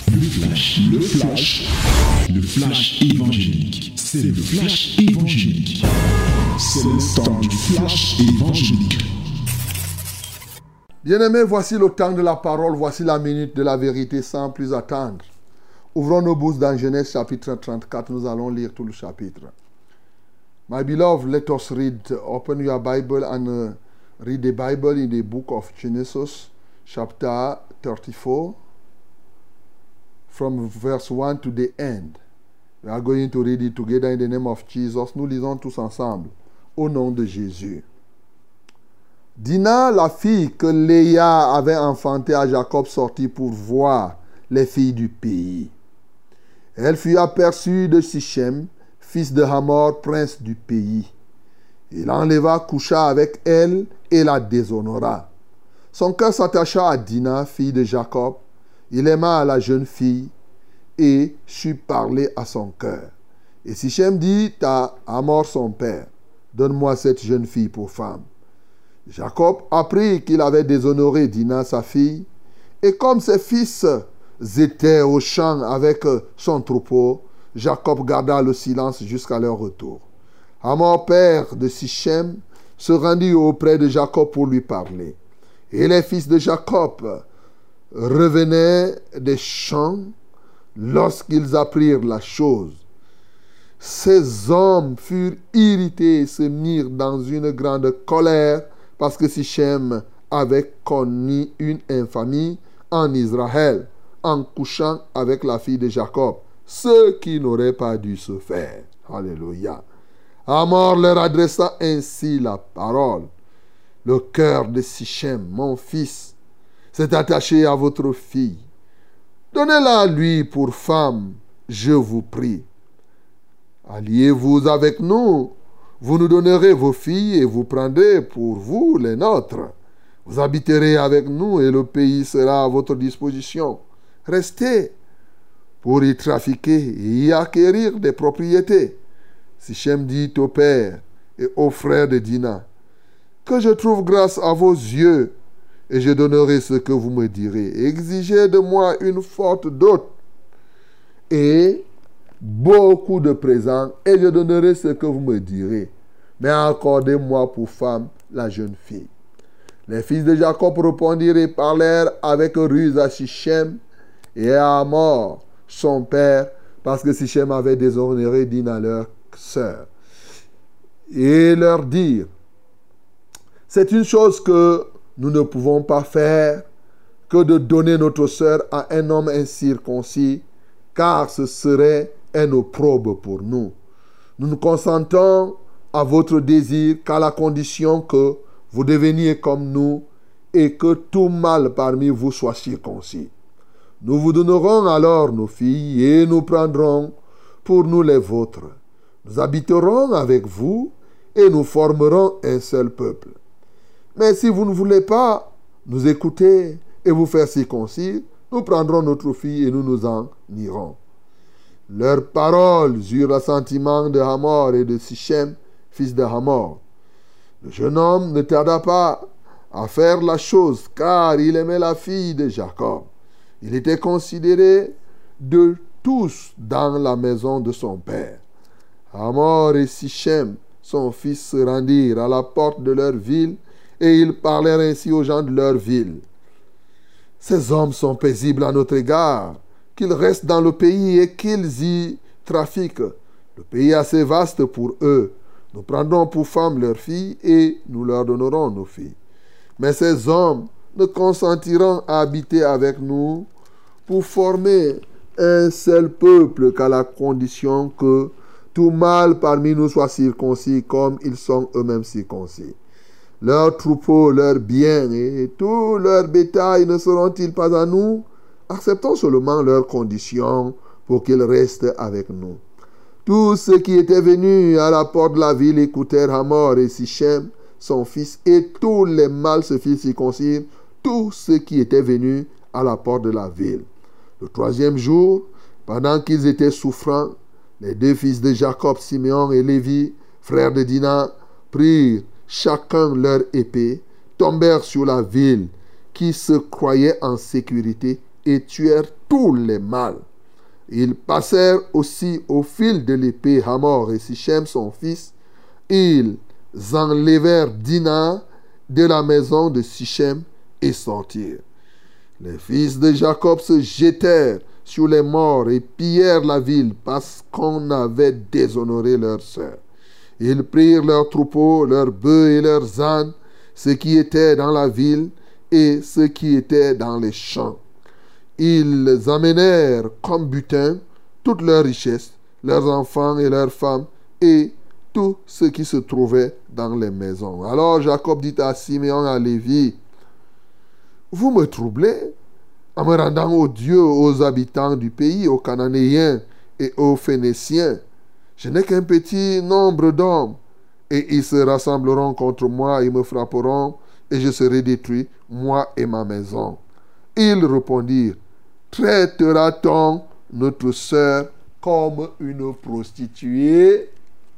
Le flash évangélique. C'est le flash évangélique. C'est le temps du flash évangélique. Bien-aimés, voici le temps de la parole, voici la minute de la vérité sans plus attendre. Ouvrons nos bouches dans Genèse chapitre 34, nous allons lire tout le chapitre. My beloved, let us read. Open your Bible and read the Bible in the book of Genesis, chapter 34, from verse 1 to the end. We are going to read it together in the name of Jesus. Nous lisons tous ensemble, au nom de Jésus. Dina, la fille que Léa avait enfantée à Jacob, sortit pour voir les filles du pays. Elle fut aperçue de Sichem, fils de Hamor, prince du pays. Il l'enleva, coucha avec elle et la déshonora. Son cœur s'attacha à Dina, fille de Jacob. Il aima la jeune fille et sut parler à son cœur. Et Sichem dit à Hamor son père, « Donne-moi cette jeune fille pour femme. » Jacob apprit qu'il avait déshonoré Dina, sa fille, et comme ses fils étaient au champ avec son troupeau, Jacob garda le silence jusqu'à leur retour. Hamor, père de Sichem, se rendit auprès de Jacob pour lui parler. Et les fils de Jacob revenaient des champs lorsqu'ils apprirent la chose. Ces hommes furent irrités et se mirent dans une grande colère parce que Sichem avait commis une infamie en Israël en couchant avec la fille de Jacob, ce qui n'aurait pas dû se faire. Alléluia. Hamor leur adressa ainsi la parole. Le cœur de Sichem, mon fils, s'est attaché à votre fille. Donnez-la à lui pour femme, je vous prie. Alliez-vous avec nous. Vous nous donnerez vos filles et vous prendrez pour vous les nôtres. Vous habiterez avec nous et le pays sera à votre disposition. Restez pour y trafiquer et y acquérir des propriétés. Sichem dit au père et aux frères de Dina, que je trouve grâce à vos yeux et je donnerai ce que vous me direz. Exigez de moi une forte dot et beaucoup de présents et je donnerai ce que vous me direz. Mais accordez-moi pour femme la jeune fille. Les fils de Jacob répondirent et parlèrent avec ruse à Sichem et à Hamor, son père, parce que Sichem avait déshonoré Dina, leur sœur. Et leur dirent, c'est une chose que nous ne pouvons pas faire que de donner notre sœur à un homme incirconcis, car ce serait un opprobre pour nous. Nous ne consentons à votre désir qu'à la condition que vous deveniez comme nous et que tout mâle parmi vous soit circoncis. Nous vous donnerons alors nos filles et nous prendrons pour nous les vôtres. Nous habiterons avec vous et nous formerons un seul peuple. Mais si vous ne voulez pas nous écouter et vous faire circoncire, nous prendrons notre fille et nous nous en irons. Leurs paroles eurent l'assentiment de Hamor et de Sichem, fils de Hamor. Le jeune homme ne tarda pas à faire la chose, car il aimait la fille de Jacob. Il était considéré de tous dans la maison de son père. Hamor et Sichem, son fils, se rendirent à la porte de leur ville, et ils parlèrent ainsi aux gens de leur ville. Ces hommes sont paisibles à notre égard, qu'ils restent dans le pays et qu'ils y trafiquent. Le pays est assez vaste pour eux. Nous prendrons pour femmes leurs filles et nous leur donnerons nos filles. Mais ces hommes ne consentiront à habiter avec nous pour former un seul peuple qu'à la condition que tout mâle parmi nous soit circoncis comme ils sont eux-mêmes circoncis. Leurs troupeaux, leurs biens et tout leur bétail ne seront-ils pas à nous? Acceptons seulement leurs conditions pour qu'ils restent avec nous. Tous ceux qui étaient venus à la porte de la ville écoutèrent Hamor et Sichem, son fils, et tous les mâles se firent circoncire, tous ceux qui étaient venus à la porte de la ville. Le troisième jour, pendant qu'ils étaient souffrants, les deux fils de Jacob, Siméon et Lévi, frères de Dina, prirent chacun leur épée, tombèrent sur la ville qui se croyait en sécurité et tuèrent tous les mâles. Ils passèrent aussi au fil de l'épée Hamor et Sichem son fils. Ils enlevèrent Dina de la maison de Sichem et sortirent. Les fils de Jacob se jetèrent sur les morts et pillèrent la ville parce qu'on avait déshonoré leur sœur. Ils prirent leurs troupeaux, leurs bœufs et leurs ânes, ce qui était dans la ville et ce qui était dans les champs. Ils amenèrent comme butin toutes leurs richesses, leurs enfants et leurs femmes, et tout ce qui se trouvait dans les maisons. Alors Jacob dit à Siméon et à Lévi, vous me troublez en me rendant odieux aux habitants du pays, aux Cananéens et aux Phéniciens. Je n'ai qu'un petit nombre d'hommes, et ils se rassembleront contre moi, ils me frapperont, et je serai détruit, moi et ma maison. Ils répondirent, traitera-t-on notre sœur comme une prostituée?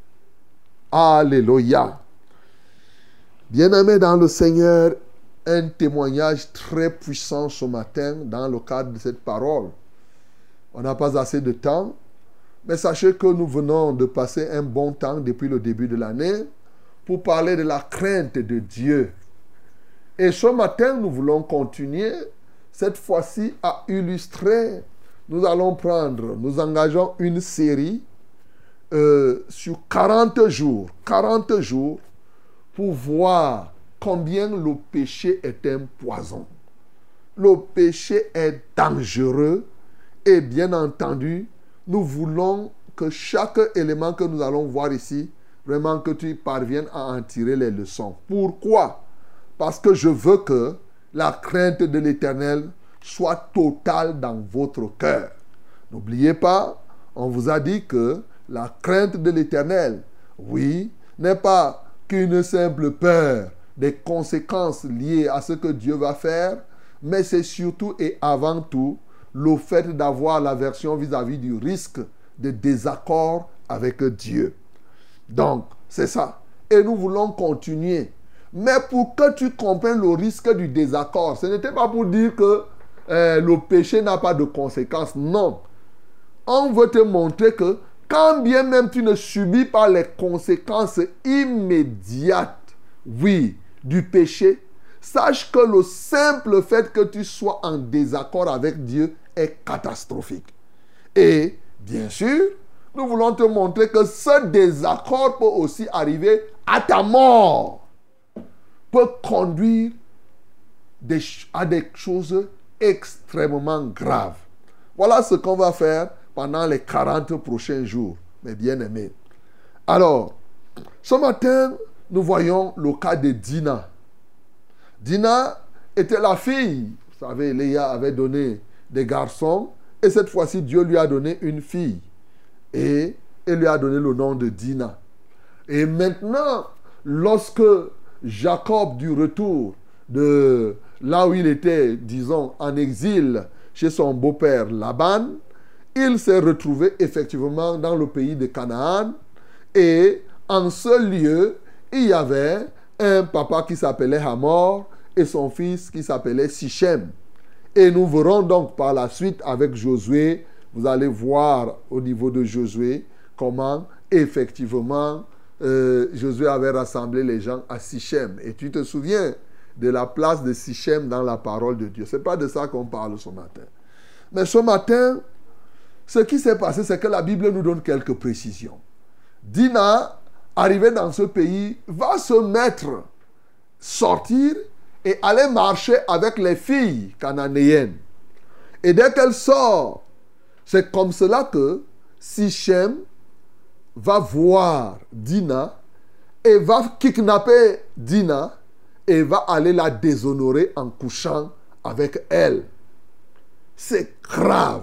Alléluia. Bien-aimés dans le Seigneur, un témoignage très puissant ce matin dans le cadre de cette parole. On n'a pas assez de temps, mais sachez que nous venons de passer un bon temps depuis le début de l'année pour parler de la crainte de Dieu. Et ce matin, nous voulons continuer, cette fois-ci, à illustrer. Nous allons prendre, nous engageons une série sur 40 jours pour voir combien le péché est un poison. Le péché est dangereux et bien entendu, nous voulons que chaque élément que nous allons voir ici, vraiment que tu parviennes à en tirer les leçons. Pourquoi? Parce que je veux que la crainte de l'Éternel soit totale dans votre cœur. N'oubliez pas, on vous a dit que la crainte de l'Éternel, oui, n'est pas qu'une simple peur des conséquences liées à ce que Dieu va faire, mais c'est surtout et avant tout le fait d'avoir l'aversion vis-à-vis du risque de désaccord avec Dieu. Donc, c'est ça. Et nous voulons continuer. Mais pour que tu comprennes le risque du désaccord, ce n'était pas pour dire que le péché n'a pas de conséquences. Non. On veut te montrer que quand bien même tu ne subis pas les conséquences immédiates, oui, du péché, sache que le simple fait que tu sois en désaccord avec Dieu est catastrophique. Et, bien sûr, nous voulons te montrer que ce désaccord peut aussi arriver à ta mort, peut conduire à des choses extrêmement graves. Voilà ce qu'on va faire pendant les 40 prochains jours, mes bien-aimés. Alors, ce matin, nous voyons le cas de Dina. Dina était la fille. Vous savez, Léa avait donné des garçons et cette fois-ci, Dieu lui a donné une fille. Et il lui a donné le nom de Dina. Et maintenant, lorsque Jacob, du retour de là où il était, disons, en exil chez son beau-père Laban, il s'est retrouvé effectivement dans le pays de Canaan. Et en ce lieu, il y avait un papa qui s'appelait Hamor et son fils qui s'appelait Sichem. Et nous verrons donc par la suite avec Josué, vous allez voir au niveau de Josué comment effectivement Josué avait rassemblé les gens à Sichem. Et tu te souviens de la place de Sichem dans la parole de Dieu. Ce n'est pas de ça qu'on parle ce matin. Mais ce matin, ce qui s'est passé, c'est que la Bible nous donne quelques précisions. Dina, arrivé dans ce pays, va se mettre, sortir et aller marcher avec les filles cananéennes. Et dès qu'elle sort, c'est comme cela que Sichem va voir Dina et va kidnapper Dina et va aller la déshonorer en couchant avec elle. C'est grave.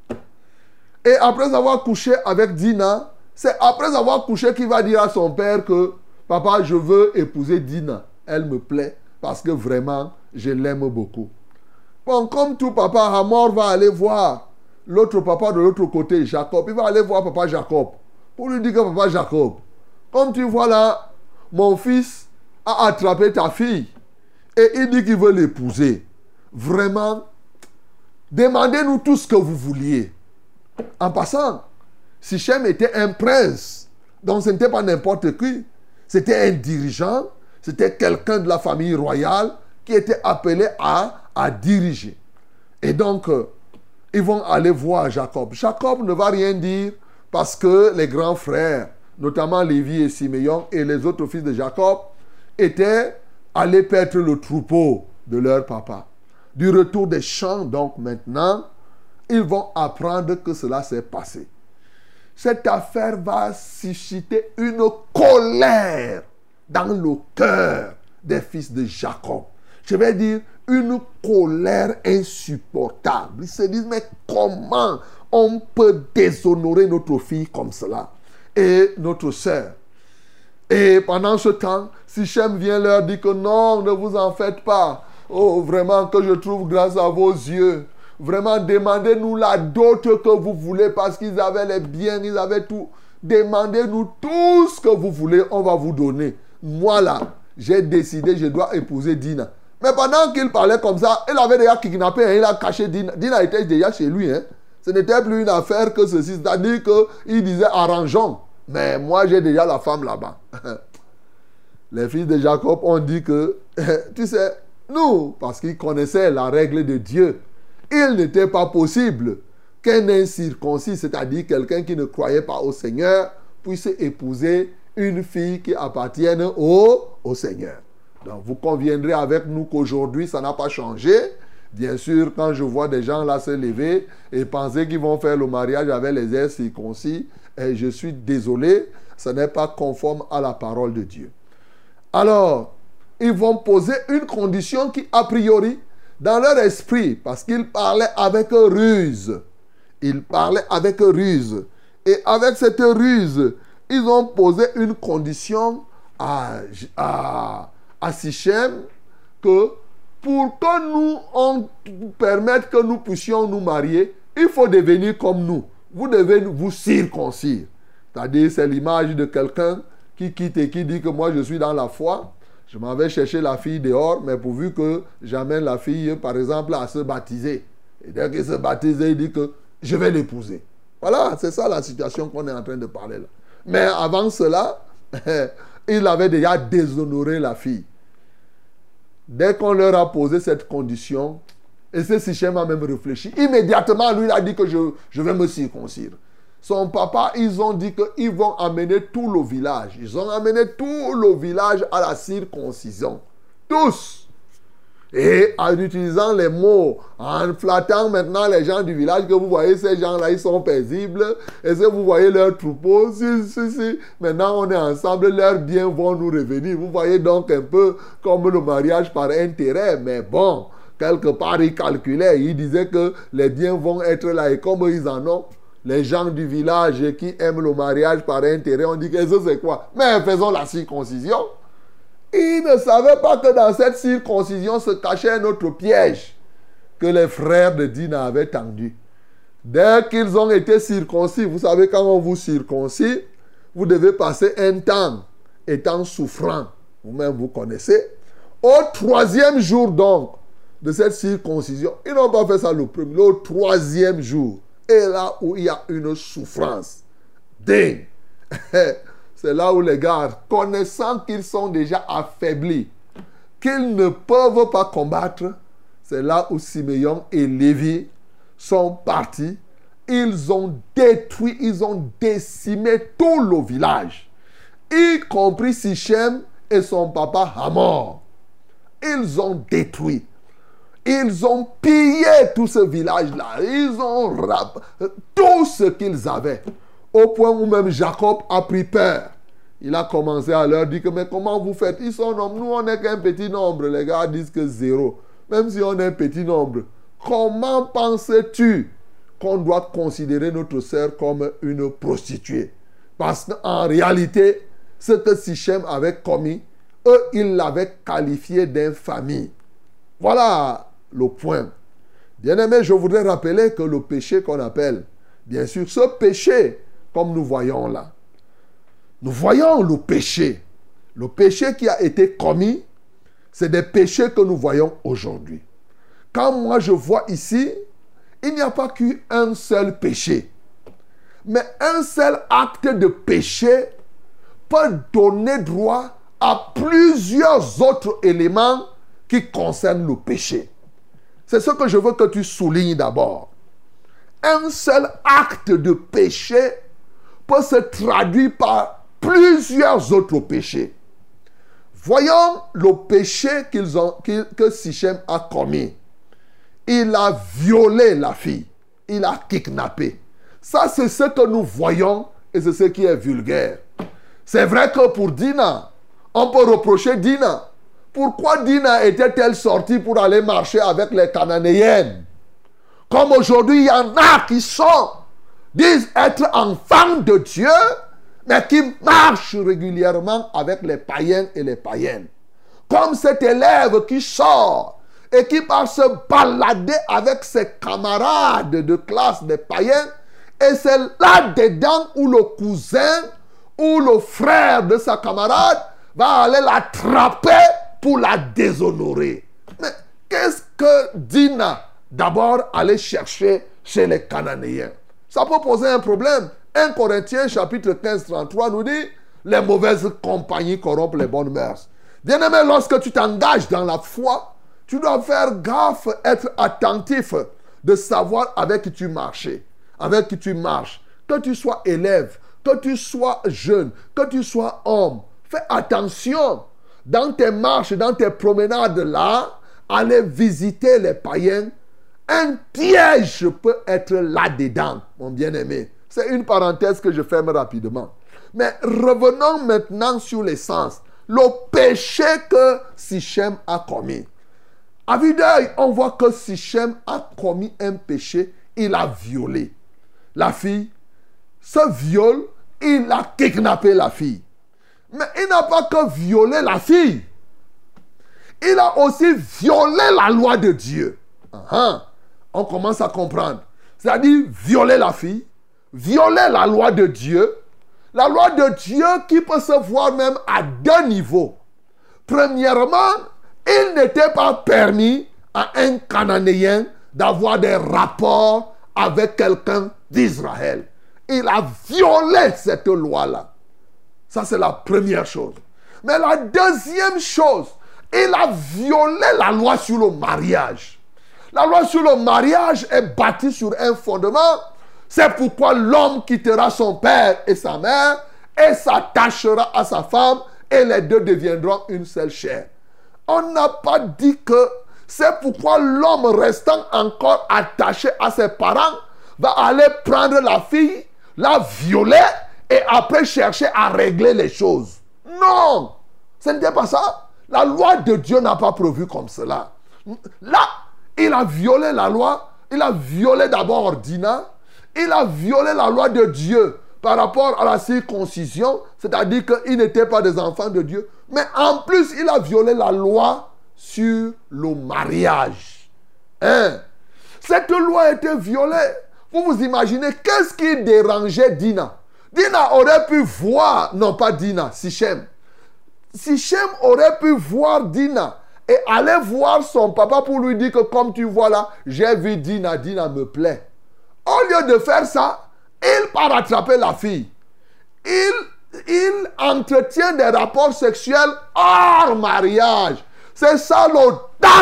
Et après avoir couché avec Dina, c'est après avoir couché qu'il va dire à son père que « Papa, je veux épouser Dina. Elle me plaît parce que vraiment, je l'aime beaucoup. » Bon, comme tout papa, Hamor va aller voir l'autre papa de l'autre côté, Jacob. Il va aller voir papa Jacob pour lui dire que papa Jacob, comme tu vois là, mon fils a attrapé ta fille et il dit qu'il veut l'épouser. Vraiment, demandez-nous tout ce que vous vouliez. En passant, Sichem était un prince. Donc ce n'était pas n'importe qui. C'était un dirigeant. C'était quelqu'un de la famille royale qui était appelé à diriger. Et donc, ils vont aller voir Jacob. Jacob ne va rien dire parce que les grands frères, notamment Lévi et Siméon et les autres fils de Jacob, étaient allés perdre le troupeau de leur papa. Du retour des champs, donc maintenant, ils vont apprendre que cela s'est passé. Cette affaire va susciter une colère dans le cœur des fils de Jacob. Je vais dire une colère insupportable. Ils se disent, mais comment on peut déshonorer notre fille comme cela et notre sœur? Et pendant ce temps, Sichem vient leur dire que non, ne vous en faites pas. Oh, vraiment que je trouve grâce à vos yeux. Vraiment, demandez-nous la dot que vous voulez parce qu'ils avaient les biens, ils avaient tout. Demandez-nous tout ce que vous voulez, on va vous donner. Moi là, j'ai décidé, je dois épouser Dina. Mais pendant qu'il parlait comme ça, il avait déjà kidnappé, il a caché Dina. Dina était déjà chez lui. Ce n'était plus une affaire que ceci. C'est-à-dire qu'il disait arrangeons. Mais moi, j'ai déjà la femme là-bas. Les fils de Jacob ont dit que, tu sais, nous, parce qu'ils connaissaient la règle de Dieu, il n'était pas possible qu'un incirconcis, c'est-à-dire quelqu'un qui ne croyait pas au Seigneur, puisse épouser une fille qui appartienne au Seigneur. Donc, vous conviendrez avec nous qu'aujourd'hui, ça n'a pas changé. Bien sûr, quand je vois des gens là se lever et penser qu'ils vont faire le mariage avec les incirconcis, et je suis désolé, ce n'est pas conforme à la parole de Dieu. Alors, ils vont poser une condition qui, a priori, dans leur esprit, parce qu'ils parlaient avec ruse. Ils parlaient avec ruse. Et avec cette ruse, ils ont posé une condition à Sichem que pour que nous, on permette que nous puissions nous marier, il faut devenir comme nous. Vous devez vous circoncire. C'est-à-dire, c'est l'image de quelqu'un qui quitte et qui dit que moi, je suis dans la foi. Je m'en vais chercher la fille dehors, mais pourvu que j'amène la fille, par exemple, à se baptiser. Et dès qu'il se baptise, il dit que je vais l'épouser. Voilà, c'est ça la situation qu'on est en train de parler là. Mais avant cela, il avait déjà déshonoré la fille. Dès qu'on leur a posé cette condition, et ce Sichem a même réfléchi, immédiatement, lui, il a dit que je vais me circoncire. Son papa, ils ont dit qu'ils vont amener tout le village. Ils ont amené tout le village à la circoncision. Tous. Et en utilisant les mots, en flattant maintenant les gens du village, que vous voyez, ces gens-là, ils sont paisibles. Et si vous voyez leurs troupeaux, si, maintenant on est ensemble, leurs biens vont nous revenir. Vous voyez donc un peu comme le mariage par intérêt. Mais bon, quelque part, ils calculaient. Ils disaient que les biens vont être là. Et comme ils en ont, les gens du village qui aiment le mariage par intérêt, on dit que ça c'est quoi? Mais faisons la circoncision. Ils ne savaient pas que dans cette circoncision se cachait un autre piège que les frères de Dina avaient tendu. Dès qu'ils ont été circoncis, vous savez, quand on vous circoncis, vous devez passer un temps étant souffrant. Vous-même, vous connaissez. Au 3e jour donc de cette circoncision, ils n'ont pas fait ça le premier, le 3e jour. Et là où il y a une souffrance, dingue. C'est là où les gars, connaissant qu'ils sont déjà affaiblis, qu'ils ne peuvent pas combattre, c'est là où Siméon et Lévi sont partis. Ils ont détruit, ils ont décimé tout le village, y compris Sichem et son papa Hamor. Ils ont détruit. Ils ont pillé tout ce village-là. Ils ont tout ce qu'ils avaient. Au point où même Jacob a pris peur. Il a commencé à leur dire que, mais comment vous faites? Ils sont nombreux. Nous, on n'est qu'un petit nombre. Les gars disent que 0. Même si on est un petit nombre. Comment penses-tu qu'on doit considérer notre sœur comme une prostituée? Parce qu'en réalité, ce que Sichem avait commis, eux, ils l'avaient qualifié d'infamie. Voilà le point. Bien-aimé, je voudrais rappeler que le péché qu'on appelle, bien sûr, ce péché, comme nous voyons là, nous voyons le péché. Le péché qui a été commis, c'est des péchés que nous voyons aujourd'hui. Quand moi je vois ici, il n'y a pas qu'un seul péché. Mais un seul acte de péché peut donner droit à plusieurs autres éléments qui concernent le péché. C'est ce que je veux que tu soulignes d'abord. Un seul acte de péché peut se traduire par plusieurs autres péchés. Voyons le péché que Sichem a commis. Il a violé la fille. Il a kidnappé. Ça, c'est ce que nous voyons et c'est ce qui est vulgaire. C'est vrai que pour Dina, on peut reprocher Dina. Pourquoi Dina était-elle sortie pour aller marcher avec les Cananéennes? Comme aujourd'hui, il y en a qui disent être enfants de Dieu, mais qui marchent régulièrement avec les païens et les païennes. Comme cet élève qui sort et qui part se balader avec ses camarades de classe des païens, et c'est là-dedans où le cousin ou le frère de sa camarade va aller l'attraper pour la déshonorer. Mais qu'est-ce que Dina d'abord allait chercher chez les Cananéens? Ça peut poser un problème. 1 Corinthiens chapitre 15, 33 nous dit les mauvaises compagnies corrompent les bonnes mœurs. Bien-aimé, lorsque tu t'engages dans la foi, tu dois faire gaffe, être attentif de savoir avec qui tu marches. Avec qui tu marches. Que tu sois élève, que tu sois jeune, que tu sois homme. Fais attention. Dans tes marches, dans tes promenades là, aller visiter les païens. Un piège peut être là-dedans, mon bien-aimé. C'est une parenthèse que je ferme rapidement. Mais revenons maintenant sur l'essence. Le péché que Sichem a commis. À vue d'œil, on voit que Sichem a commis un péché. Il a violé la fille. Ce viol, il a kidnappé la fille. Mais il n'a pas que violé la fille. Il a aussi violé la loi de Dieu. On commence à comprendre. C'est-à-dire violer la fille, violer la loi de Dieu. La loi de Dieu qui peut se voir même à deux niveaux. Premièrement, il n'était pas permis à un Cananéen d'avoir des rapports avec quelqu'un d'Israël. Il a violé cette loi-là. Ça, c'est la première chose. Mais la deuxième chose, il a violé la loi sur le mariage. La loi sur le mariage est bâtie sur un fondement. C'est pourquoi l'homme quittera son père et sa mère et s'attachera à sa femme et les deux deviendront une seule chair. On n'a pas dit que c'est pourquoi l'homme restant encore attaché à ses parents va aller prendre la fille, la violer et après chercher à régler les choses. Non, ce n'était pas ça. La loi de Dieu n'a pas prévu comme cela. Là, il a violé la loi. Il a violé d'abord Dina. Il a violé la loi de Dieu par rapport à la circoncision. C'est-à-dire qu'ils n'étaient pas des enfants de Dieu. Mais en plus, il a violé la loi sur le mariage. Cette loi a été violée. Vous vous imaginez, qu'est-ce qui dérangeait Dina? Dina aurait pu voir, non pas Dina, Sichem. Sichem aurait pu voir Dina et aller voir son papa pour lui dire que comme tu vois là, j'ai vu Dina, Dina me plaît. Au lieu de faire ça, il part attraper la fille. Il entretient des rapports sexuels hors mariage. C'est ça le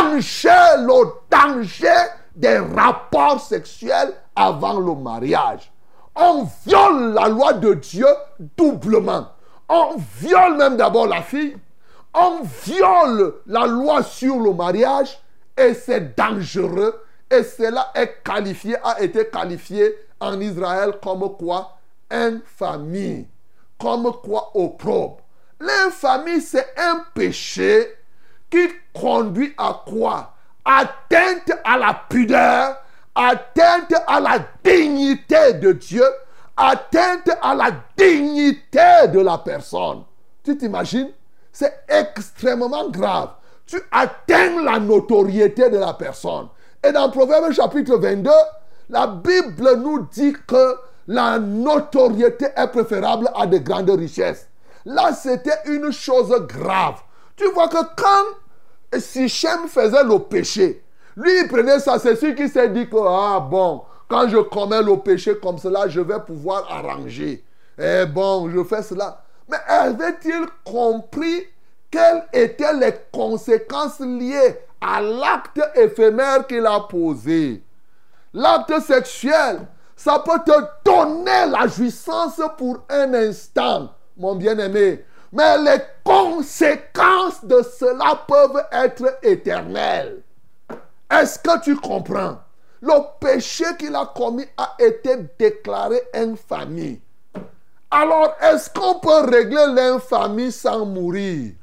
danger des rapports sexuels avant le mariage. On viole la loi de Dieu doublement. On viole même d'abord la fille. On viole la loi sur le mariage et c'est dangereux. Et cela a été qualifié en Israël comme quoi? Infamie. Comme quoi? Opprobre. L'infamie, c'est un péché qui conduit à quoi? Atteinte à la pudeur, atteinte à la dignité de Dieu, atteinte à la dignité de la personne. Tu t'imagines? C'est extrêmement grave. Tu atteins la notoriété de la personne. Et dans Proverbe chapitre 22, la Bible nous dit que la notoriété est préférable à de grandes richesses. Là, c'était une chose grave. Tu vois que quand Sichem faisait le péché, Lui, il prenait ça, c'est sûr qu'il s'est dit que, ah bon, quand je commets le péché comme cela, je vais pouvoir arranger. Eh bon, je fais cela. Mais avait-il compris quelles étaient les conséquences liées à l'acte éphémère qu'il a posé? L'acte sexuel, ça peut te donner la jouissance pour un instant, mon bien-aimé. Mais les conséquences de cela peuvent être éternelles. Est-ce que tu comprends? Le péché qu'il a commis a été déclaré infamie. Alors, est-ce qu'on peut régler l'infamie sans mourir?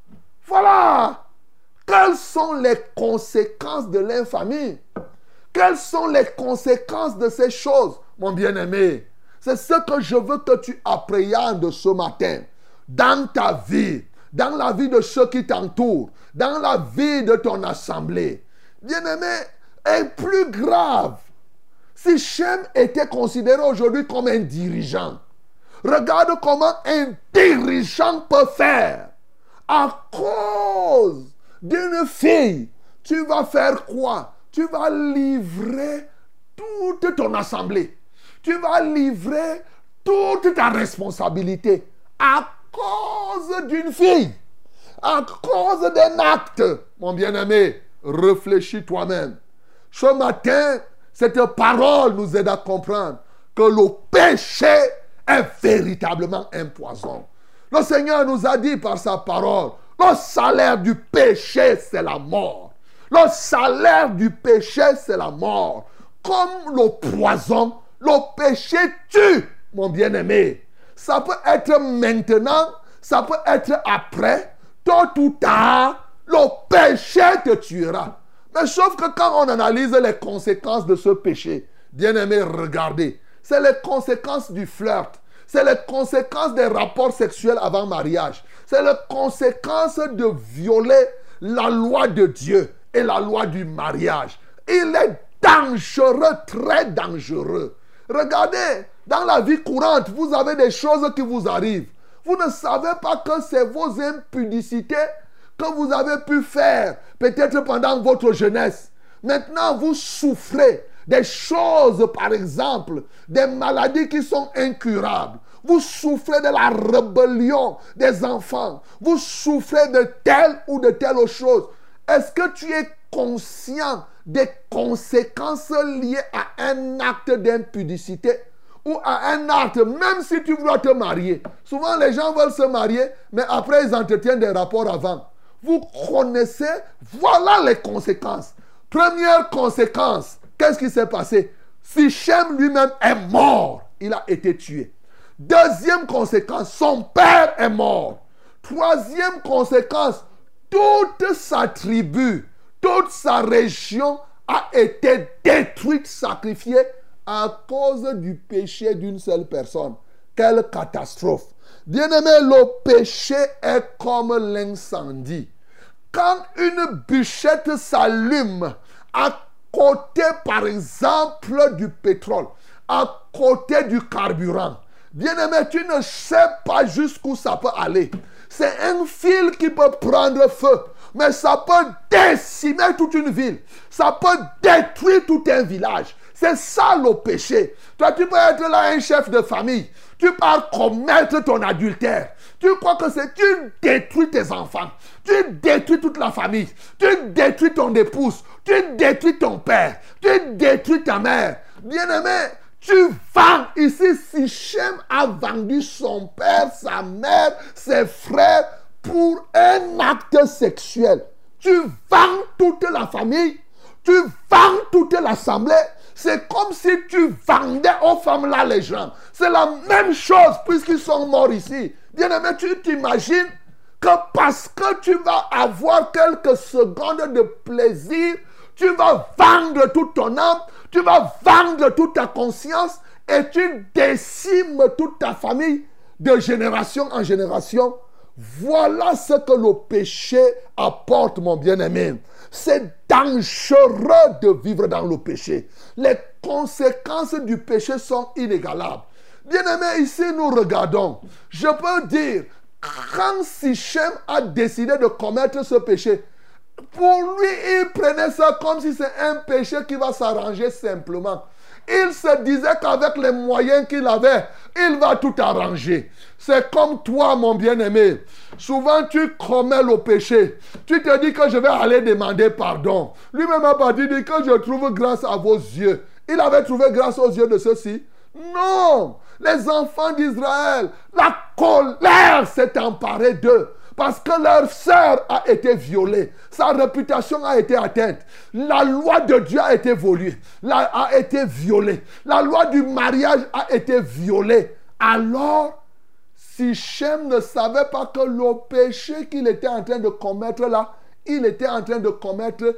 Voilà. Quelles sont les conséquences de l'infamie? Quelles sont les conséquences de ces choses, mon bien-aimé? C'est ce que je veux que tu appréhendes ce matin. Dans ta vie, dans la vie de ceux qui t'entourent, dans la vie de ton assemblée. Bien-aimé, est plus grave. Si Shem était considéré aujourd'hui comme un dirigeant, regarde comment un dirigeant peut faire. À cause d'une fille, tu vas faire quoi? Tu vas livrer toute ton assemblée. Tu vas livrer toute ta responsabilité à cause d'une fille, à cause d'un acte. Mon bien-aimé, réfléchis toi-même. Ce matin, cette parole nous aide à comprendre que le péché est véritablement un poison. Le Seigneur nous a dit par sa parole, le salaire du péché, c'est la mort. Le salaire du péché, c'est la mort. Comme le poison, le péché tue, mon bien-aimé. Ça peut être maintenant, ça peut être après, tôt ou tard, le péché te tuera. Mais sauf que quand on analyse les conséquences de ce péché, bien-aimé, regardez, c'est les conséquences du flirt, c'est les conséquences des rapports sexuels avant mariage, c'est les conséquences de violer la loi de Dieu et la loi du mariage. Il est dangereux, très dangereux. Regardez, dans la vie courante, vous avez des choses qui vous arrivent. Vous ne savez pas que c'est vos impudicités que vous avez pu faire, peut-être pendant votre jeunesse. Maintenant, vous souffrez des choses, par exemple, des maladies qui sont incurables. Vous souffrez de la rébellion des enfants. Vous souffrez de telle ou de telle chose. Est-ce que tu es conscient des conséquences liées à un acte d'impudicité ou à un acte, même si tu dois te marier? Souvent, les gens veulent se marier, mais après, ils entretiennent des rapports avant. Vous connaissez, voilà les conséquences. Première conséquence, qu'est-ce qui s'est passé? Sichem lui-même est mort. Il a été tué. Deuxième conséquence, son père est mort. Troisième conséquence, toute sa tribu, toute sa région a été détruite, sacrifiée à cause du péché d'une seule personne. Quelle catastrophe! Bien-aimé, le péché est comme l'incendie. Quand une bûchette s'allume à côté, par exemple, du pétrole, à côté du carburant, bien-aimé, tu ne sais pas jusqu'où ça peut aller. C'est un fil qui peut prendre feu, mais ça peut décimer toute une ville. Ça peut détruire tout un village. C'est ça le péché. Toi, tu peux être là un chef de famille. Tu pars commettre ton adultère. Tu crois que c'est... Tu détruis tes enfants. Tu détruis toute la famille. Tu détruis ton épouse. Tu détruis ton père. Tu détruis ta mère. Bien-aimé, tu vends. Ici, Sichem a vendu son père, sa mère, ses frères pour un acte sexuel. Tu vends toute la famille. Tu vends toute l'assemblée. C'est comme si tu vendais aux femmes là les gens. C'est la même chose puisqu'ils sont morts ici. Bien-aimé, tu t'imagines que parce que tu vas avoir quelques secondes de plaisir, tu vas vendre toute ton âme, tu vas vendre toute ta conscience et tu décimes toute ta famille de génération en génération. Voilà ce que le péché apporte, mon bien-aimé. C'est dangereux de vivre dans le péché. Les conséquences du péché sont inégalables. Bien-aimé, ici nous regardons. Je peux dire, quand Sichem a décidé de commettre ce péché, Pour lui, il prenait ça comme si c'est un péché qui va s'arranger simplement. Il se disait qu'avec les moyens qu'il avait, il va tout arranger. C'est comme toi, mon bien-aimé. Souvent, tu commets le péché. Tu te dis que je vais aller demander pardon. Lui-même a pas dit que je trouve grâce à vos yeux. Il avait trouvé grâce aux yeux de ceux-ci. Non! Les enfants d'Israël, la colère s'est emparée d'eux. Parce que leur sœur a été violée. Sa réputation a été atteinte. La loi de Dieu a été violée. La loi du mariage a été violée. Alors, Sichem ne savait pas que le péché qu'il était en train de commettre là, il était en train de commettre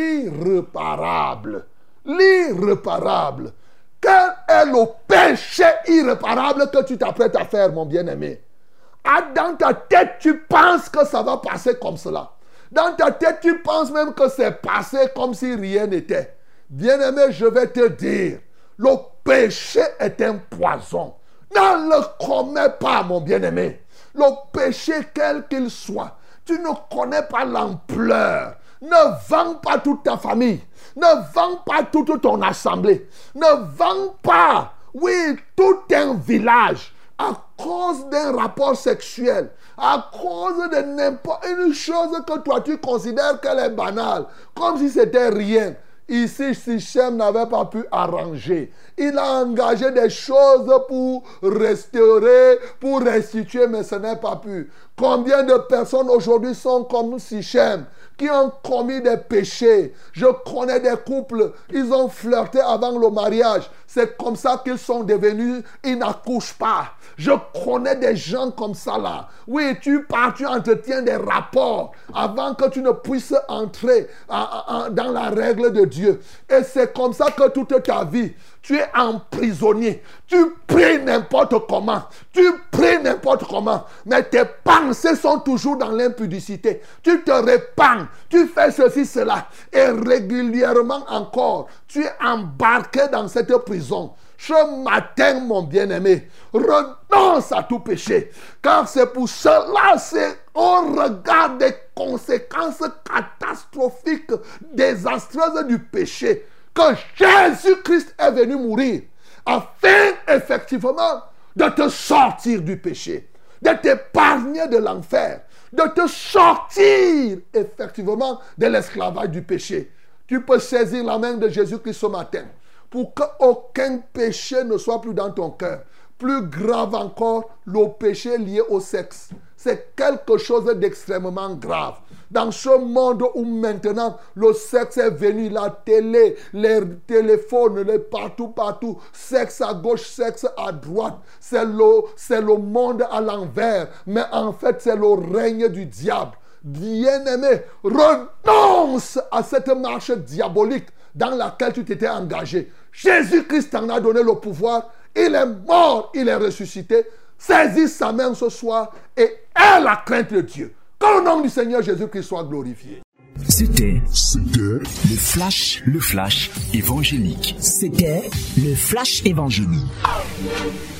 l'irréparable. L'irréparable. Quel est le péché irréparable que tu t'apprêtes à faire, mon bien-aimé? Dans ta tête, tu penses que ça va passer comme cela. Dans ta tête, tu penses même que c'est passé comme si rien n'était. Bien-aimé, je vais te dire, le péché est un poison. Ne le commets pas, mon bien-aimé. Le péché, quel qu'il soit, tu ne connais pas l'ampleur. Ne vends pas toute ta famille. Ne vends pas toute ton assemblée. Ne vends pas, tout un village. À cause d'un rapport sexuel, à cause de n'importe une chose que toi tu considères qu'elle est banale, comme si c'était rien. Ici, Sichem n'avait pas pu arranger. Il a engagé des choses pour restaurer, pour restituer, mais ce n'est pas pu. Combien de personnes aujourd'hui sont comme Sichem, qui ont commis des péchés? Je connais des couples, ils ont flirté avant le mariage. C'est comme ça qu'ils sont devenus, ils n'accouchent pas. Je connais des gens comme ça là. Oui, tu entretiens des rapports avant que tu ne puisses entrer dans la règle de Dieu. Et c'est comme ça que toute ta vie, tu es emprisonné. Tu pries n'importe comment. Tu pries n'importe comment. Mais tes pensées sont toujours dans l'impudicité. Tu te répands. Tu fais ceci, cela. Et régulièrement encore, tu es embarqué dans cette prison. Ce matin, mon bien-aimé, renonce à tout péché. Car c'est pour cela, c'est au regard des conséquences catastrophiques, désastreuses du péché, que Jésus-Christ est venu mourir, afin effectivement de te sortir du péché, de t'épargner de l'enfer, de te sortir effectivement de l'esclavage du péché. Tu peux saisir la main de Jésus-Christ ce matin pour qu'aucun péché ne soit plus dans ton cœur. Plus grave encore, le péché lié au sexe. C'est quelque chose d'extrêmement grave. Dans ce monde où maintenant le sexe est venu, la télé, les téléphones, les partout, sexe à gauche, sexe à droite, c'est le monde à l'envers. Mais en fait, c'est le règne du diable. Bien-aimé, renonce à cette marche diabolique dans laquelle tu t'étais engagé. Jésus-Christ t'en a donné le pouvoir. Il est mort, il est ressuscité. Saisis sa main ce soir et aie la crainte de Dieu. Que le nom du Seigneur Jésus-Christ soit glorifié. C'était le flash évangélique. C'était le flash évangélique.